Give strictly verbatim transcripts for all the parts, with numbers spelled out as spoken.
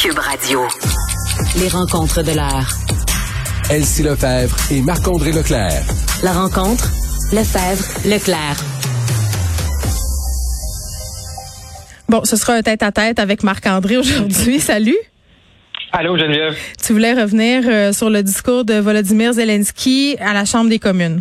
Cube Radio. Les rencontres de l'heure. Elsie Lefebvre et Marc-André Leclerc. La rencontre, Lefebvre-Leclerc. Bon, ce sera un tête-à-tête avec Marc-André aujourd'hui. Salut. Allô, Geneviève. Tu voulais revenir euh, sur le discours de Volodymyr Zelensky à la Chambre des communes.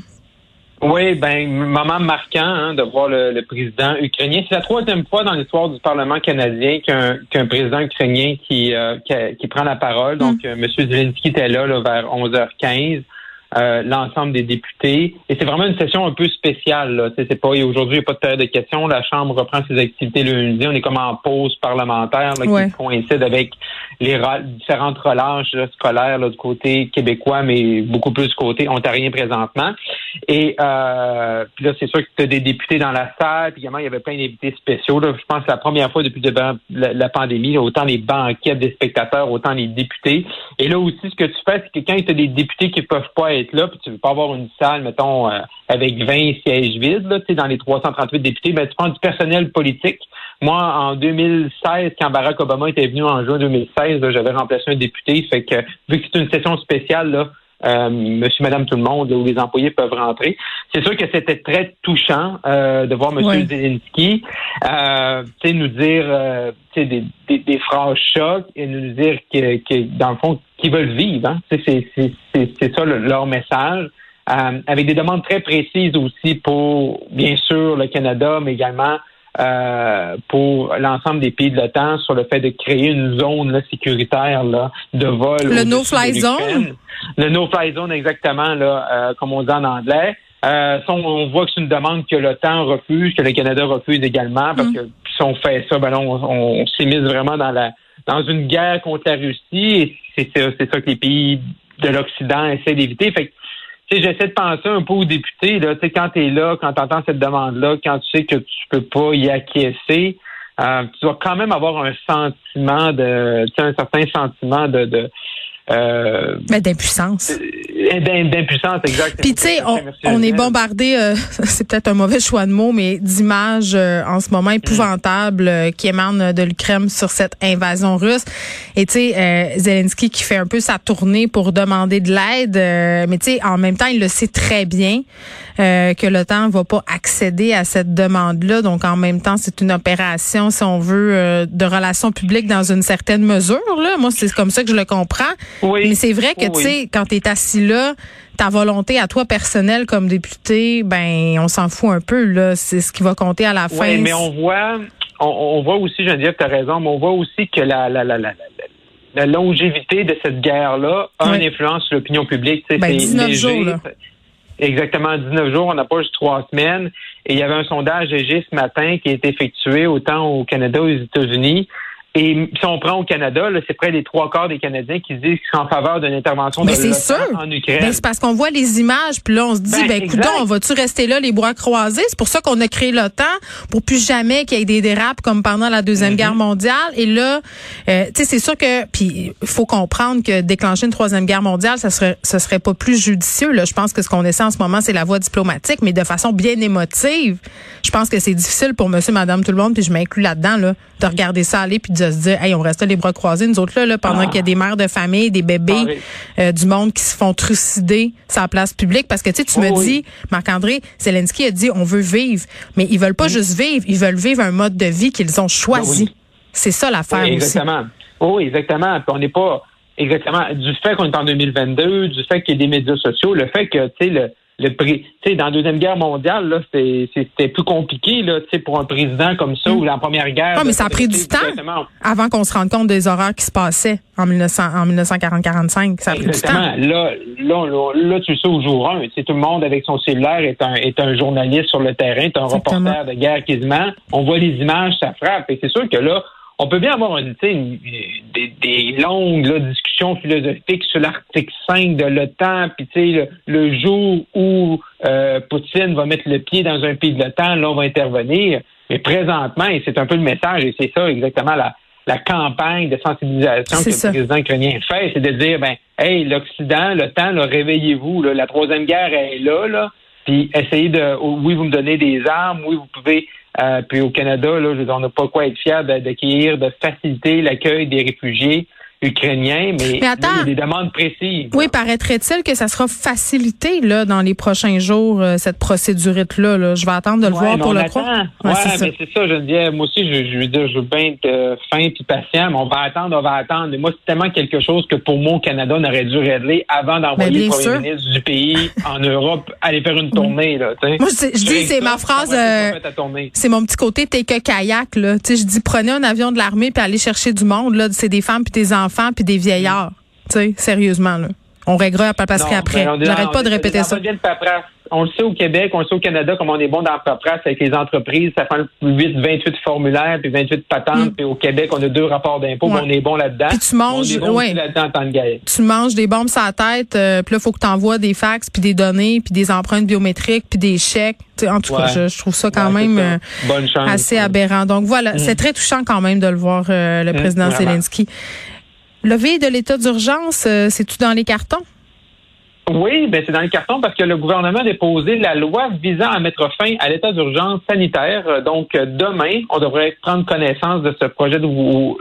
Oui, ben, moment marquant hein, de voir le, le président ukrainien. C'est la troisième fois dans l'histoire du Parlement canadien qu'un, qu'un président ukrainien qui, euh, qui, qui prend la parole. Donc, mm. euh, M. Zelensky était là, là vers onze heures quinze. Euh, l'ensemble des députés. Et c'est vraiment une session un peu spéciale. Là. C'est, c'est pas, aujourd'hui, il n'y a pas de période de questions. La Chambre reprend ses activités le lundi. On est comme en pause parlementaire là, ouais. qui coïncide avec les ra- différentes relâches là, scolaires là, du côté québécois, mais beaucoup plus du côté ontarien présentement. Et euh, puis là, c'est sûr que tu as des députés dans la salle. Puis également, il y avait plein d'invités spéciaux. Là. Je pense que c'est la première fois depuis la, la pandémie, là, autant les banquettes des spectateurs, autant les députés. Et là aussi, ce que tu fais, c'est que quand tu as des députés qui peuvent pas être là, puis tu veux pas avoir une salle, mettons, euh, avec vingt sièges vides, là, tu sais, dans les trois cent trente-huit députés, ben, tu prends du personnel politique. Moi, en deux mille seize, quand Barack Obama était venu en juin deux mille seize, là, j'avais remplacé un député, fait que, vu que c'est une session spéciale, là, euh, monsieur, madame, tout le monde, là, où les employés peuvent rentrer. C'est sûr que c'était très touchant, euh, de voir monsieur ouais. Zelensky, euh, tu sais, nous dire, euh, tu sais, des, des, des phrases chocs et nous dire que, que, dans le fond, qu'ils veulent vivre, hein. C'est, c'est, c'est, c'est, c'est ça le, leur message. Euh, avec des demandes très précises aussi pour, bien sûr, le Canada, mais également euh, pour l'ensemble des pays de l'OTAN sur le fait de créer une zone là, sécuritaire là, de vol. Le no-fly zone? Le no-fly zone, exactement, là, euh, comme on dit en anglais. Euh, on, on voit que c'est une demande que l'OTAN refuse, que le Canada refuse également, parce mm. que si on fait ça, ben là, on, on, on s'immisce vraiment dans la dans une guerre contre la Russie, et c'est, c'est, c'est ça que les pays de l'Occident essaient d'éviter. Fait que, tu sais, j'essaie de penser un peu aux députés, là, tu sais, quand t'es là, quand t'entends cette demande-là, quand tu sais que tu peux pas y acquiescer, euh, tu dois quand même avoir un sentiment de, tu sais, un certain sentiment de, de Euh, Mais d'impuissance. D'impuissance, exactement. Puis tu sais, on, on est bombardé, euh, c'est peut-être un mauvais choix de mots, mais d'images euh, en ce moment épouvantables euh, qui émanent de l'Ukraine sur cette invasion russe. Et tu sais, euh, Zelensky qui fait un peu sa tournée pour demander de l'aide, euh, mais tu sais, en même temps, il le sait très bien euh, que l'OTAN va pas accéder à cette demande-là. Donc en même temps, c'est une opération, si on veut, euh, de relations publiques dans une certaine mesure. Là, moi, c'est comme ça que je le comprends. Oui. Mais c'est vrai que, oui. tu sais, quand tu es assis là, ta volonté à toi personnelle comme député, ben, on s'en fout un peu, là. C'est ce qui va compter à la fin. Oui, mais on voit, on, on voit aussi, Geneviève, tu as raison, mais on voit aussi que la, la, la, la, la, la longévité de cette guerre-là a oui. une influence sur l'opinion publique. Ben, c'est dix-neuf léger. Jours, là. Exactement, dix-neuf jours, on n'a pas juste trois semaines. Et il y avait un sondage léger ce matin qui a été effectué autant au Canada qu'aux États-Unis. Et si on prend au Canada, là, c'est près des trois quarts des Canadiens qui disent qu'ils sont en faveur d'une intervention de l'OTAN en Ukraine. Ben, c'est parce qu'on voit les images, puis là, on se dit, ben, ben coudonc, on va-tu rester là, les bras croisés? C'est pour ça qu'on a créé l'OTAN, pour plus jamais qu'il y ait des dérapes comme pendant la Deuxième mm-hmm. Guerre mondiale. Et là, euh, tu sais, c'est sûr que, puis il faut comprendre que déclencher une Troisième Guerre mondiale, ça serait, ce serait pas plus judicieux. Là, je pense que ce qu'on essaie en ce moment, c'est la voie diplomatique, mais de façon bien émotive. Je pense que c'est difficile pour monsieur, madame, tout le monde, puis je m'inclus là-dedans, là, de regarder ça aller, puis de se dire, hey, on reste là les bras croisés, nous autres là, là pendant ah. qu'il y a des mères de famille, des bébés, ah, oui. euh, du monde qui se font trucider sur la place publique, parce que tu sais, tu oh, me oui. dis, Marc-André, Zelensky a dit, on veut vivre, mais ils veulent pas oui. juste vivre, ils veulent vivre un mode de vie qu'ils ont choisi. Oui. C'est ça l'affaire oui, exactement. aussi. Oh, oui, exactement. Puis on n'est pas exactement du fait qu'on est en deux mille vingt-deux, du fait qu'il y ait des médias sociaux, le fait que tu sais le Le prix, tu sais, dans la Deuxième Guerre mondiale, là, c'était, c'était plus compliqué, là, tu sais, pour un président comme ça, mmh. ou dans la Première Guerre. Non, mais ça a pris du temps exactement. Avant qu'on se rende compte des horreurs qui se passaient en, mille neuf cents, en dix-neuf cent quarante quarante-cinq. Ça a pris exactement. du temps. Là, là, là, là, tu sais, au jour un, tu sais, tout le monde avec son cellulaire est un, est un journaliste sur le terrain, est un exactement. reporter de guerre quasiment. On voit les images, ça frappe. Et c'est sûr que là, on peut bien avoir une, une, des, des longues là, discussions philosophiques sur l'article cinq de l'OTAN, puis le, le jour où euh, Poutine va mettre le pied dans un pays de l'OTAN, là, on va intervenir. Mais présentement, et c'est un peu le message, et c'est ça exactement la, la campagne de sensibilisation c'est que ça. Le président ukrainien fait, c'est de dire, ben, hey, l'Occident, l'OTAN, là, réveillez-vous, là, la troisième guerre est là, là, puis essayez de, oui, vous me donnez des armes, oui, vous pouvez Euh, puis au Canada, là, je veux dire, on n'a pas quoi être fiers d'accueillir, de faciliter l'accueil des réfugiés ukrainiens, mais, mais attends, là, il y a des demandes précises. Oui, paraîtrait-il que ça sera facilité là dans les prochains jours, euh, cette procédure-là. Là. Je vais attendre de le ouais, voir pour le attend. croire. Ouais, ouais c'est mais c'est ça, je veux dire, moi aussi, je, je veux dire, je veux bien être euh, fin et patient, mais on va attendre, on va attendre. Mais moi, c'est tellement quelque chose que pour moi, au Canada, on aurait dû régler avant d'envoyer le premier sûr. ministre du pays en Europe aller faire une tournée. Là, moi, je, je dis, c'est ça, ma phrase, euh, c'est mon petit côté take a kayak. Là. Tu sais, je dis, prenez un avion de l'armée puis allez chercher du monde. Là, c'est des femmes puis des enfants puis des vieillards. Tu sais, sérieusement, là. On réglera la papasserie après. Ben J'arrête pas de répéter ça. On le sait au Québec, on le sait au Canada, comme on est bon dans la paperasse avec les entreprises, ça prend huit, vingt-huit formulaires, puis vingt-huit patentes, mm. puis au Québec, on a deux rapports d'impôts, ouais. on est bon là-dedans. Puis tu manges, on est bon ouais. là-dedans en tant que gars. Tu manges des bombes sur la tête, euh, puis là, il faut que tu envoies des fax, puis des données, puis des empreintes biométriques, puis des chèques. T'sais, en tout ouais. cas, je, je trouve ça quand ouais, même euh, Bonne chance, assez ouais. aberrant. Donc voilà, mm. c'est très touchant quand même de le voir, euh, le mm, président vraiment. Zelensky. Levé de l'état d'urgence, euh, c'est-tu dans les cartons? Oui, ben c'est dans les cartons parce que le gouvernement a déposé la loi visant à mettre fin à l'état d'urgence sanitaire. Donc demain, on devrait prendre connaissance de ce projet de,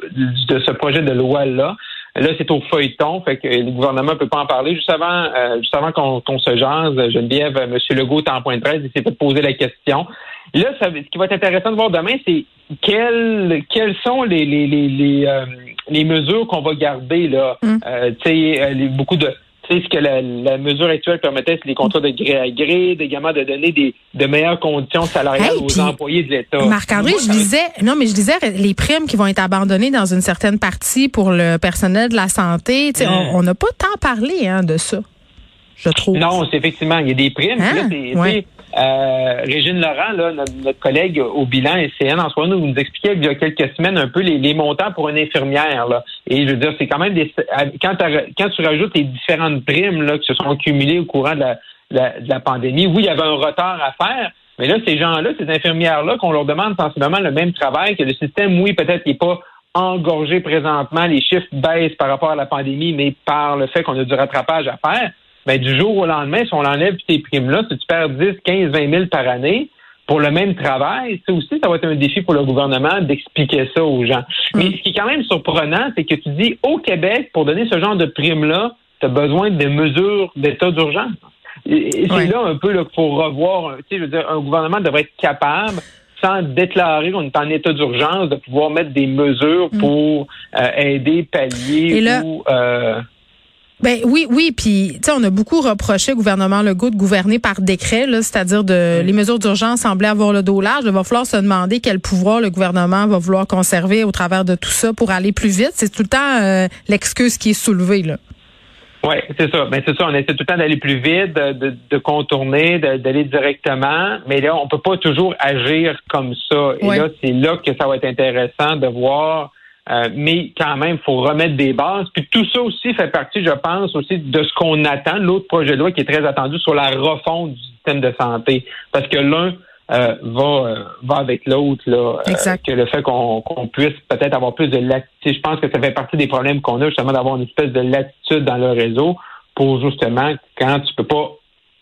de ce projet de loi-là. Là, c'est au feuilleton, fait que le gouvernement ne peut pas en parler. Juste avant, euh, juste avant qu'on, qu'on se jase, Geneviève, M. Legault est en point de presse, il s'est fait poser la question. Là, ça, ce qui va être intéressant de voir demain, c'est quelles quelles sont les les les les, euh, les mesures qu'on va garder là. Mm. Euh, tu sais, euh, beaucoup de Tu sais, ce que la, la mesure actuelle permettait, c'est les contrats de gré à gré, également de donner des de meilleures conditions salariales hey, aux employés de l'État. Marc-André, je disais, non, mais je disais les primes qui vont être abandonnées dans une certaine partie pour le personnel de la santé. Tu sais, mmh. on n'a pas tant parlé hein, de ça, je trouve. Non, c'est effectivement, il y a des primes. Hein? Là, c'est, ouais. Euh, Régine Laurent, là, notre, notre collègue au bilan S C N, en soi, nous, nous expliquait il y a quelques semaines un peu les, les montants pour une infirmière. Là. Et je veux dire, c'est quand même des quand, quand tu rajoutes les différentes primes là, qui se sont accumulées au courant de la, de la, de la pandémie, oui, il y avait un retard à faire, mais là, ces gens-là, ces infirmières-là, qu'on leur demande sensiblement le même travail, que le système, oui, peut-être n'est pas engorgé présentement, les chiffres baissent par rapport à la pandémie, mais par le fait qu'on a du rattrapage à faire. Ben, du jour au lendemain, si on enlève ces primes-là, si tu perds dix, quinze, vingt mille par année pour le même travail, ça aussi, ça va être un défi pour le gouvernement d'expliquer ça aux gens. Mmh. Mais ce qui est quand même surprenant, c'est que tu dis, au Québec, pour donner ce genre de primes-là, tu as besoin de mesures d'état d'urgence. Et, et c'est oui. là un peu là, qu'il faut revoir, tu sais, je veux dire, un gouvernement devrait être capable, sans déclarer qu'on est en état d'urgence, de pouvoir mettre des mesures mmh. pour euh, aider, pallier là, ou... Euh, Ben oui, oui, puis tu sais, on a beaucoup reproché au gouvernement Legault de gouverner par décret, là, c'est-à-dire de mmh. les mesures d'urgence semblaient avoir le dos large. Il va falloir se demander quel pouvoir le gouvernement va vouloir conserver au travers de tout ça pour aller plus vite. C'est tout le temps euh, l'excuse qui est soulevée, là. Oui, c'est ça. Ben c'est ça. On essaie tout le temps d'aller plus vite, de, de, de contourner, de, d'aller directement. Mais là, on peut pas toujours agir comme ça. Et ouais. là, c'est là que ça va être intéressant de voir. Euh, mais quand même, il faut remettre des bases. Puis tout ça aussi fait partie, je pense, aussi de ce qu'on attend. L'autre projet de loi qui est très attendu sur la refonte du système de santé. Parce que l'un euh, va euh, va avec l'autre. Là, euh, que le fait qu'on, qu'on puisse peut-être avoir plus de latitude. Je pense que ça fait partie des problèmes qu'on a, justement, d'avoir une espèce de latitude dans le réseau pour, justement, quand tu peux pas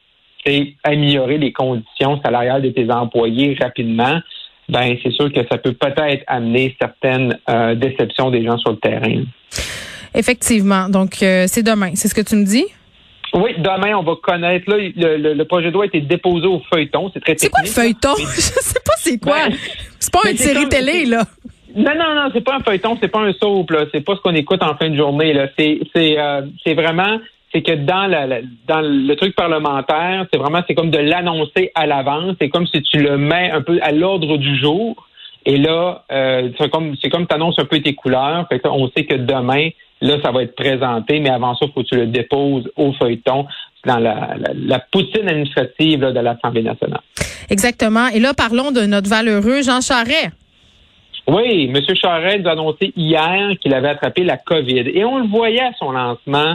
améliorer les conditions salariales de tes employés rapidement, ben c'est sûr que ça peut peut-être amener certaines euh, déceptions des gens sur le terrain. Effectivement. Donc, euh, c'est demain. C'est ce que tu me dis? Oui, demain, on va connaître. Là, le, le, le projet de loi a été déposé au feuilleton. C'est très technique. C'est quoi le feuilleton? Mais... Je sais pas c'est quoi. Ben, c'est pas une série comme... télé, là. Non, non, non, c'est pas un feuilleton, c'est pas un soap, là. C'est pas ce qu'on écoute en fin de journée, là. C'est, c'est, euh, c'est vraiment... c'est que dans la, la dans le truc parlementaire, c'est vraiment c'est comme de l'annoncer à l'avance. C'est comme si tu le mets un peu à l'ordre du jour. Et là, euh, c'est comme c'est comme tu annonces un peu tes couleurs. Fait que on sait que demain, là, ça va être présenté, mais avant ça, il faut que tu le déposes au feuilleton dans la, la, la poutine administrative là, de l'Assemblée nationale. Exactement. Et là, parlons de notre valeureux Jean Charest. Oui, M. Charest nous a annoncé hier qu'il avait attrapé la COVID. Et on le voyait à son lancement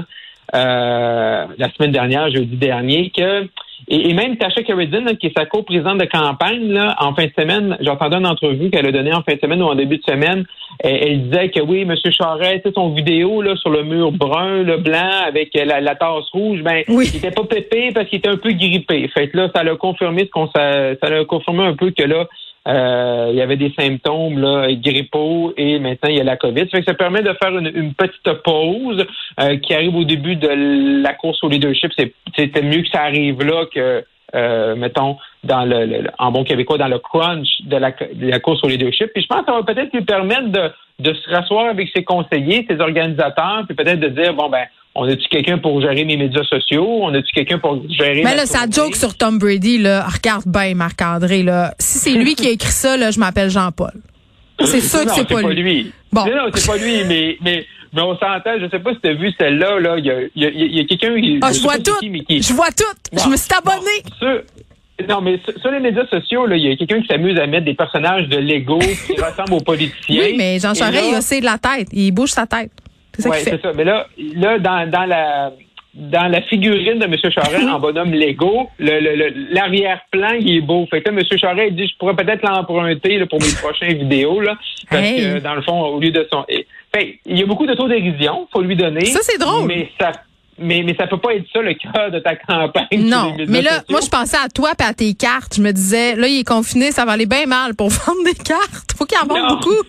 Euh, la semaine dernière, jeudi dernier, que et, et même Tasha Keridan, là, qui est sa co-présidente de campagne, là, en fin de semaine, j'entendais une entrevue qu'elle a donnée en fin de semaine ou en début de semaine, elle, elle disait que oui, M. Charest, son vidéo là sur le mur brun, le blanc, avec la, la tasse rouge, ben oui. il était pas pépé parce qu'il était un peu grippé. Fait que là, ça l'a confirmé ce qu'on ça, ça l'a confirmé un peu que là, euh, il y avait des symptômes là, grippaux et maintenant il y a la COVID. Ça fait que ça permet de faire une, une petite pause euh, qui arrive au début de la course au leadership. C'est, c'était mieux que ça arrive là que Euh, mettons, dans le, le en bon québécois, dans le crunch de la, de la course au leadership. Puis je pense que ça va peut-être lui permettre de, de se rasseoir avec ses conseillers, ses organisateurs, puis peut-être de dire, bon, ben, on a-tu quelqu'un pour gérer mes médias sociaux? On a-tu quelqu'un pour gérer... Mais là, ça joke sur Tom Brady, là. Regarde bien, Marc-André, là. Si c'est lui qui a écrit ça, là, je m'appelle Jean-Paul. C'est sûr que c'est, c'est pas, pas lui. lui. Bon. Non, non, c'est pas lui, mais... mais Mais on s'entend, je sais pas si tu as vu celle-là, là, il y a, y a, y a quelqu'un qui... Ah, je, je vois tout, qui... je vois tout, bon, je me suis abonné. Bon, sur, non, mais sur, sur les médias sociaux, là, il y a quelqu'un qui s'amuse à mettre des personnages de Lego qui ressemblent aux politiciens. Oui, mais Jean Charest, il hausse de la tête, il bouge sa tête. C'est ça ouais, qu'il fait. c'est ça. Mais là, là dans, dans la... Dans la figurine de M. Charest en bonhomme Lego, le, le, le, l'arrière-plan, il est beau. Fait que là, M. Charest, il dit, je pourrais peut-être l'emprunter là, pour mes prochaines vidéos, là, parce hey. que, dans le fond, au lieu de son... Fait, il y a beaucoup d'autodérision, faut lui donner. Ça, c'est drôle. Mais ça... Mais, mais ça peut pas être ça le cœur de ta campagne. Non, mais là, sociaux. Moi, je pensais à toi et à tes cartes. Je me disais, là, il est confiné, ça va aller bien mal pour vendre des cartes. Faut qu'il en vende beaucoup.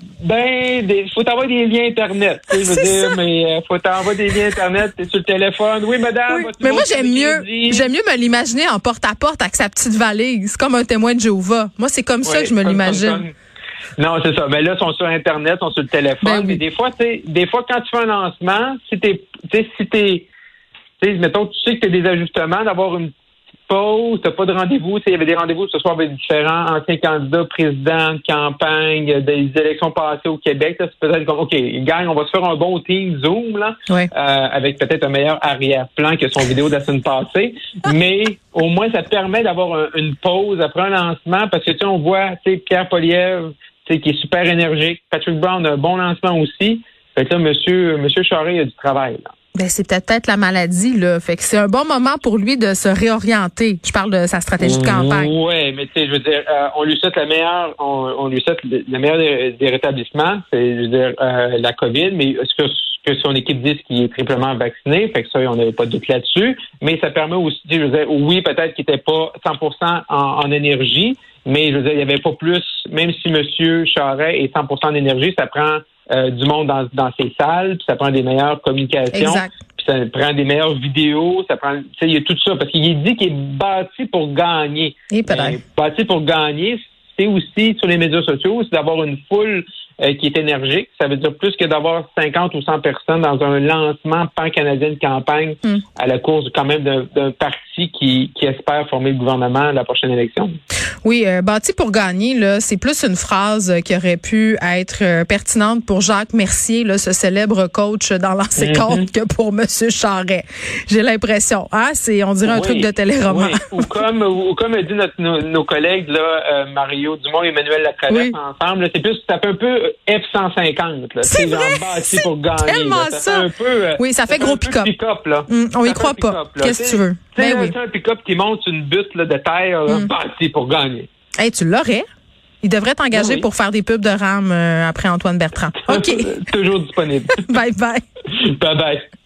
Ben, il faut t'envoyer des liens Internet. Je veux dire, ça. mais euh, faut t'envoyer des liens Internet, t'es sur le téléphone. Oui, madame. Oui, mais moi, j'aime mieux, j'aime mieux me l'imaginer en porte-à-porte avec sa petite valise, comme un témoin de Jéhovah. Moi, c'est comme oui, ça que je me comme, l'imagine. Comme, comme... Non, c'est ça. Mais là, ils sont sur Internet, ils sont sur le téléphone. Ben, mais oui. des fois, tu sais, des fois, quand tu fais un lancement, si t'es, tu sais, si t'es, tu sais, mettons, tu sais que t'as des ajustements, d'avoir une pause, t'as pas de rendez-vous. Il y avait des rendez-vous ce soir avec différents anciens candidats, présidents de campagne, des élections passées au Québec. Là, c'est peut-être comme, OK, il gagne, on va se faire un bon team Zoom, là, oui. euh, avec peut-être un meilleur arrière-plan que son vidéo de la semaine passée. Mais au moins, ça te permet d'avoir un, une pause après un lancement parce que, tu sais, on voit, tu sais, Pierre Poilievre, tu sais, qui est super énergique. Patrick Brown a un bon lancement aussi. Fait que là, monsieur, monsieur Charest, il a du travail, là. Ben, c'est peut-être la maladie, là. Fait que c'est un bon moment pour lui de se réorienter. Je parle de sa stratégie de campagne. Oui, mais tu sais, je veux dire, euh, on lui souhaite la meilleure, on, on lui souhaite le, le meilleur des, des rétablissements, c'est, je veux dire, euh, la COVID, mais ce que, ce que son équipe dit qu'il est triplement vacciné, fait que ça, on n'avait pas de doute là-dessus, mais ça permet aussi, je veux dire, oui, peut-être qu'il n'était pas cent pour cent en, en énergie, mais je veux dire, il n'y avait pas plus, même si M. Charest est cent pour cent en énergie, ça prend Euh, du monde dans, dans ses salles, puis ça prend des meilleures communications, exact. Puis ça prend des meilleures vidéos, ça prend, tu sais, il y a tout ça, parce qu'il dit qu'il est bâti pour gagner. Et peut-être. Bâti pour gagner, c'est aussi sur les médias sociaux, c'est d'avoir une foule euh, qui est énergique. Ça veut dire plus que d'avoir cinquante ou cent personnes dans un lancement pan-canadien de campagne mm. à la course quand même d'un, d'un parti qui, qui espère former le gouvernement à la prochaine élection. Oui, euh, bâti pour gagner, là, c'est plus une phrase euh, qui aurait pu être euh, pertinente pour Jacques Mercier, là, ce célèbre coach dans l'ancien mm-hmm. compte, que pour Monsieur Charest. J'ai l'impression. Ah, c'est, on dirait un oui, truc de téléroman. Oui. Ou comme, ou, ou comme a dit notre, nos, nos collègues là, euh, Mario Dumont et Emmanuel Latraverse oui. ensemble, là, c'est plus, ça fait un peu F cent cinquante. Là, c'est vrai, bâti pour gagner. Tellement là. Ça, ça. Fait un peu, euh, oui, ça fait ça gros pick-up. pick-up. Là. Mm, on ça y croit pas. Pick-up, Qu'est-ce que tu veux? Ben oui. C'est un pick-up qui monte une butte là, de terre, là, mm. bâti pour gagner. Hey, tu l'aurais. Il devrait t'engager oui. pour faire des pubs de RAM euh, après Antoine Bertrand. OK. Toujours disponible. Bye bye. Bye bye.